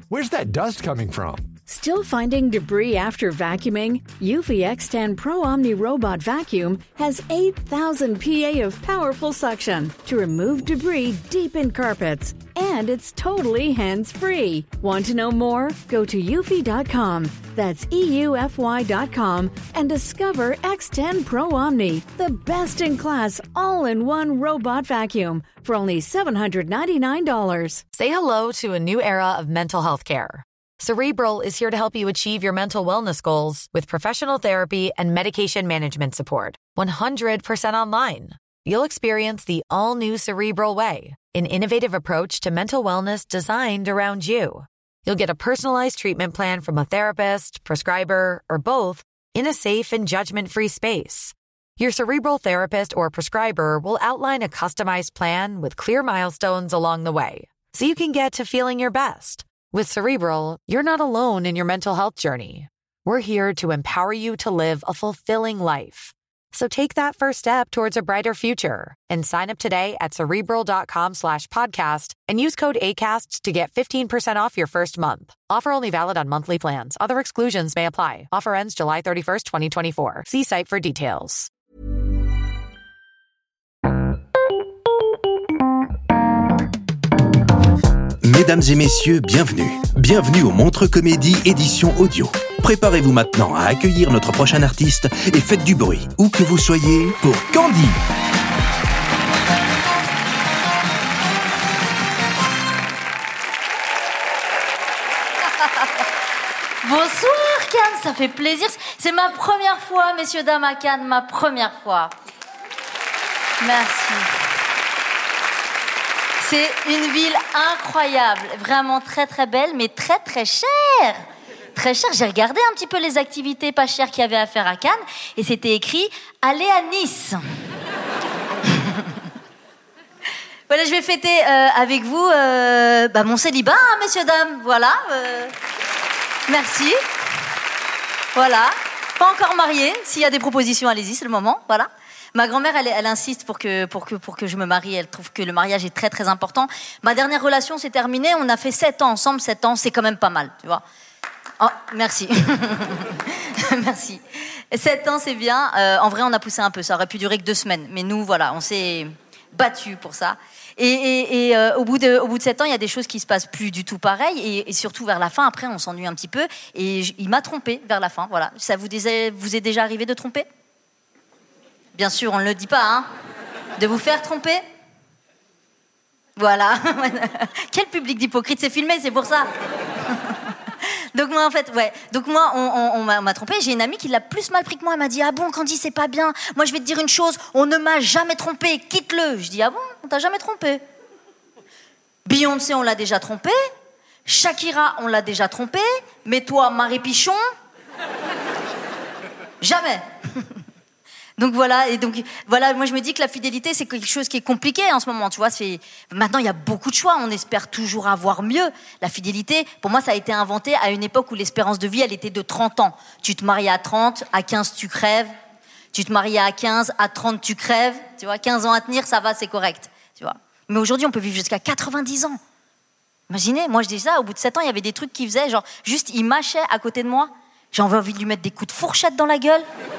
Where's that dust coming from? Still finding debris after vacuuming? Eufy X10 Pro Omni Robot Vacuum has 8,000 PA of powerful suction to remove debris deep in carpets. And it's totally hands-free. Want to know more? Go to eufy.com. That's EUFY.com and discover X10 Pro Omni, the best-in-class all-in-one robot vacuum for only $799. Say hello to a new era of mental health care. Cerebral is here to help you achieve your mental wellness goals with professional therapy and medication management support. 100% online. You'll experience the all-new Cerebral Way, an innovative approach to mental wellness designed around you. You'll get a personalized treatment plan from a therapist, prescriber, or both in a safe and judgment-free space. Your Cerebral therapist or prescriber will outline a customized plan with clear milestones along the way, so you can get to feeling your best. With Cerebral, you're not alone in your mental health journey. We're here to empower you to live a fulfilling life. So take that first step towards a brighter future and sign up today at Cerebral.com/podcast and use code ACAST to get 15% off your first month. Offer only valid on monthly plans. Other exclusions may apply. Offer ends July 31st, 2024. See site for details. Mesdames et messieurs, bienvenue. Bienvenue au Montre Comédie édition audio. Préparez-vous maintenant à accueillir notre prochain artiste et faites du bruit, où que vous soyez, pour Candy. Bonsoir Cannes, ça fait plaisir. C'est ma première fois, messieurs, dames, à Cannes, ma première fois. Merci. C'est une ville incroyable, vraiment très très belle, mais très très chère. Très cher. J'ai regardé un petit peu les activités pas chères qu'il y avait à faire à Cannes et c'était écrit « Allez à Nice ». Voilà, je vais fêter avec vous mon célibat, hein, messieurs, dames. Voilà. Merci. Voilà. Pas encore mariée. S'il y a des propositions, allez-y, c'est le moment. Voilà. Ma grand-mère, elle insiste pour que je me marie. Elle trouve que le mariage est très, très important. Ma dernière relation s'est terminée. On a fait 7 ans ensemble. 7 ans, c'est quand même pas mal, tu vois. Oh, merci. Merci. 7 ans, c'est bien. En vrai, on a poussé un peu. Ça aurait pu durer que 2 semaines. Mais nous, voilà, on s'est battus pour ça. Et au bout de 7 ans, il y a des choses qui se passent plus du tout pareil. Et surtout vers la fin, après, on s'ennuie un petit peu. Et il m'a trompée vers la fin. Voilà. Ça vous est déjà arrivé de tromper ? Bien sûr, on ne le dit pas, hein. De vous faire tromper ? Voilà. Quel public d'hypocrite, c'est filmé, c'est pour ça. Donc moi, en fait, ouais. Donc moi, on m'a trompé. J'ai une amie qui l'a plus mal pris que moi. Elle m'a dit « Ah bon, Candy, c'est pas bien. Moi, je vais te dire une chose. On ne m'a jamais trompé. Quitte-le. » Je dis « Ah bon, on t'a jamais trompé. » Beyoncé, on l'a déjà trompé. Shakira, on l'a déjà trompé. Mais toi, Marie Pichon, jamais. Donc voilà, moi je me dis que la fidélité c'est quelque chose qui est compliqué en ce moment, tu vois, maintenant il y a beaucoup de choix, on espère toujours avoir mieux. La fidélité, pour moi ça a été inventé à une époque où l'espérance de vie elle était de 30 ans. Tu te maries à 30, à 15 tu crèves, tu te maries à 15, à 30 tu crèves, tu vois, 15 ans à tenir, ça va, c'est correct, tu vois. Mais aujourd'hui on peut vivre jusqu'à 90 ans. Imaginez, moi je dis ça, au bout de 7 ans il y avait des trucs qu'il faisait, genre juste il mâchait à côté de moi, j'avais envie de lui mettre des coups de fourchette dans la gueule.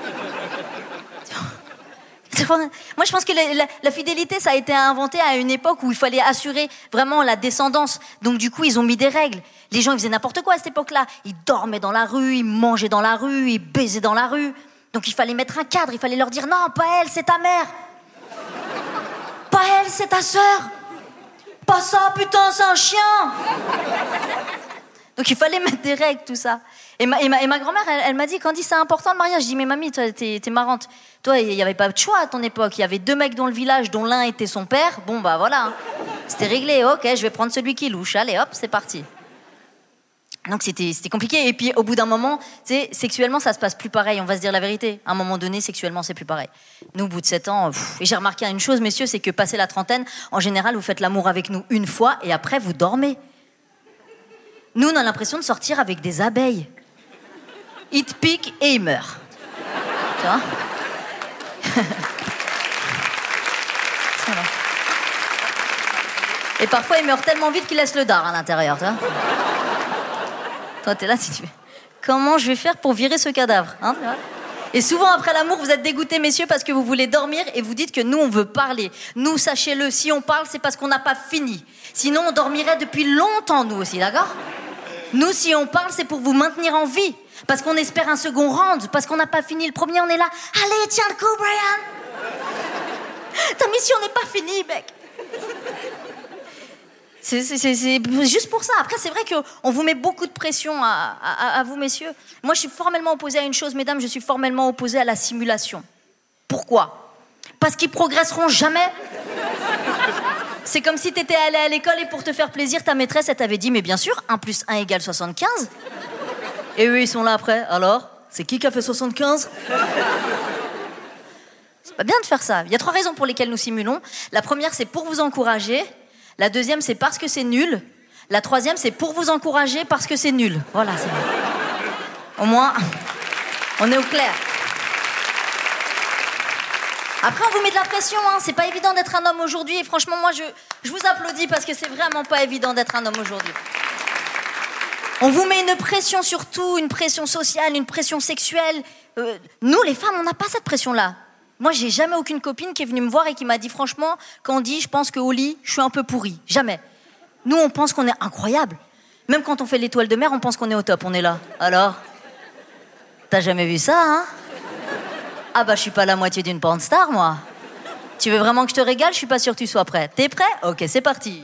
Moi, je pense que la fidélité, ça a été inventé à une époque où il fallait assurer vraiment la descendance. Donc, du coup, ils ont mis des règles. Les gens, ils faisaient n'importe quoi à cette époque-là. Ils dormaient dans la rue, ils mangeaient dans la rue, ils baisaient dans la rue. Donc, il fallait mettre un cadre. Il fallait leur dire « Non, pas elle, c'est ta mère. Pas elle, c'est ta sœur. Pas ça, putain, c'est un chien. » Donc, il fallait mettre des règles, tout ça. Et ma grand-mère, elle m'a dit, Candy, c'est important le mariage. Je dis, mais mamie, toi, t'es marrante. Toi, il n'y avait pas de choix à ton époque. Il y avait 2 mecs dans le village, dont l'un était son père. Bon, bah voilà. C'était réglé. Ok, je vais prendre celui qui louche. Allez, hop, c'est parti. Donc, c'était compliqué. Et puis, au bout d'un moment, tu sais, sexuellement, ça se passe plus pareil. On va se dire la vérité. À un moment donné, sexuellement, c'est plus pareil. Nous, au bout de 7 ans, et j'ai remarqué une chose, messieurs, c'est que passé la trentaine, en général, vous faites l'amour avec nous une fois et après, vous dormez. Nous, on a l'impression de sortir avec des abeilles. Il te pique et il meurt. Tu vois ? Et parfois, il meurt tellement vite qu'il laisse le dard à l'intérieur, tu vois ? Toi, t'es là, si tu... Comment je vais faire pour virer ce cadavre, hein? Et souvent, après l'amour, vous êtes dégoûtés, messieurs, parce que vous voulez dormir et vous dites que nous, on veut parler. Nous, sachez-le, si on parle, c'est parce qu'on n'a pas fini. Sinon, on dormirait depuis longtemps, nous aussi, d'accord? Nous, si on parle, c'est pour vous maintenir en vie. Parce qu'on espère un second round. Parce qu'on n'a pas fini le premier, on est là. Allez, tiens le coup, Brian. Ta mission n'est pas finie, mec. C'est juste pour ça. Après, c'est vrai qu'on vous met beaucoup de pression à vous, messieurs. Moi, je suis formellement opposée à une chose, mesdames, je suis formellement opposée à la simulation. Pourquoi? Parce qu'ils progresseront jamais. C'est comme si t'étais allé à l'école et pour te faire plaisir, ta maîtresse, elle t'avait dit, mais bien sûr, 1 + 1 = 75. Et eux, ils sont là après. Alors, c'est qui a fait 75? C'est pas bien de faire ça. Il y a 3 raisons pour lesquelles nous simulons. La première, c'est pour vous encourager. La deuxième, c'est parce que c'est nul. La troisième, c'est pour vous encourager parce que c'est nul. Voilà, c'est bon. Au moins, on est au clair. Après, on vous met de la pression, hein. C'est pas évident d'être un homme aujourd'hui. Et franchement, moi, je vous applaudis parce que c'est vraiment pas évident d'être un homme aujourd'hui. On vous met une pression sur tout, une pression sociale, une pression sexuelle. Nous, les femmes, on n'a pas cette pression-là. Moi, j'ai jamais aucune copine qui est venue me voir et qui m'a dit franchement, Candy, je pense qu'au lit, je suis un peu pourrie. Jamais. Nous, on pense qu'on est incroyable. Même quand on fait l'étoile de mer, on pense qu'on est au top. On est là. Alors, t'as jamais vu ça, hein? Ah bah, je suis pas la moitié d'une porn star, moi. Tu veux vraiment que je te régale? Je suis pas sûre que tu sois prêt. T'es prêt? Ok, c'est parti.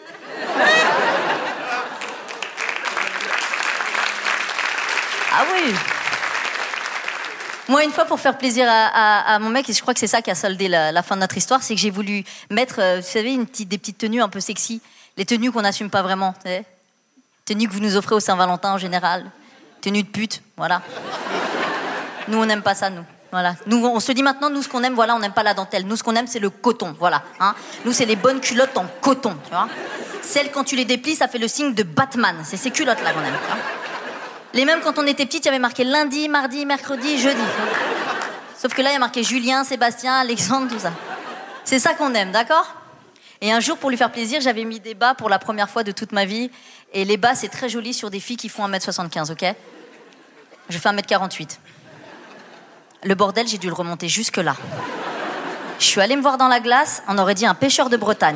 Ah oui. Moi, une fois, pour faire plaisir à mon mec, et je crois que c'est ça qui a soldé la fin de notre histoire, c'est que j'ai voulu mettre, vous savez, des petites tenues un peu sexy. Les tenues qu'on n'assume pas vraiment, tu sais. Tenues que vous nous offrez au Saint-Valentin en général. Tenues de pute, voilà. Nous, on n'aime pas ça, nous. Voilà. Nous, on se dit maintenant, nous, ce qu'on aime, voilà, on n'aime pas la dentelle. Nous, ce qu'on aime, c'est le coton, voilà. Hein. Nous, c'est les bonnes culottes en coton, tu vois. Celles, quand tu les déplies, ça fait le signe de Batman. C'est ces culottes-là qu'on aime, tu vois. Les mêmes, quand on était petite, il y avait marqué lundi, mardi, mercredi, jeudi. Sauf que là, il y a marqué Julien, Sébastien, Alexandre, tout ça. C'est ça qu'on aime, d'accord? Et un jour, pour lui faire plaisir, j'avais mis des bas pour la première fois de toute ma vie. Et les bas, c'est très joli sur des filles qui font 1m75, ok? Je fais 1m48. Le bordel, j'ai dû le remonter jusque-là. Je suis allée me voir dans la glace, on aurait dit un pêcheur de Bretagne.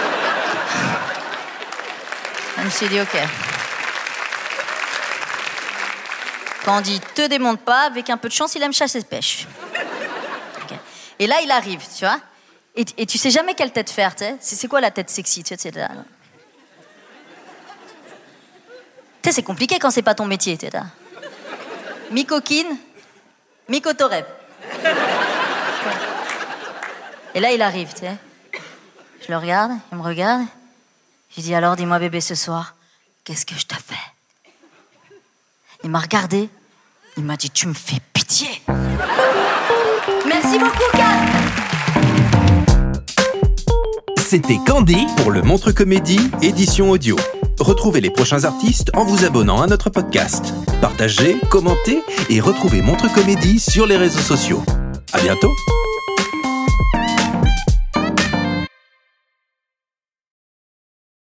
Je me suis dit, ok. Quand on dit te démonte pas, avec un peu de chance, il aime chasser pêche. Okay. Et là, il arrive, tu vois. Et tu sais jamais quelle tête faire, tu sais. C'est quoi la tête sexy, tu sais, là. Tu sais, c'est compliqué quand c'est pas ton métier, tu sais, là. Mi-coquine, mi-cotorep. Et là, il arrive, tu sais. Je le regarde, il me regarde. J'ai dit, alors, dis-moi, bébé, ce soir, qu'est-ce que je te fais? Il m'a regardé, il m'a dit, tu me fais pitié. Merci beaucoup, Kat. C'était Candy pour le Montre Comédie, édition audio. Retrouvez les prochains artistes en vous abonnant à notre podcast. Partagez, commentez et retrouvez Montre Comédie sur les réseaux sociaux. À bientôt.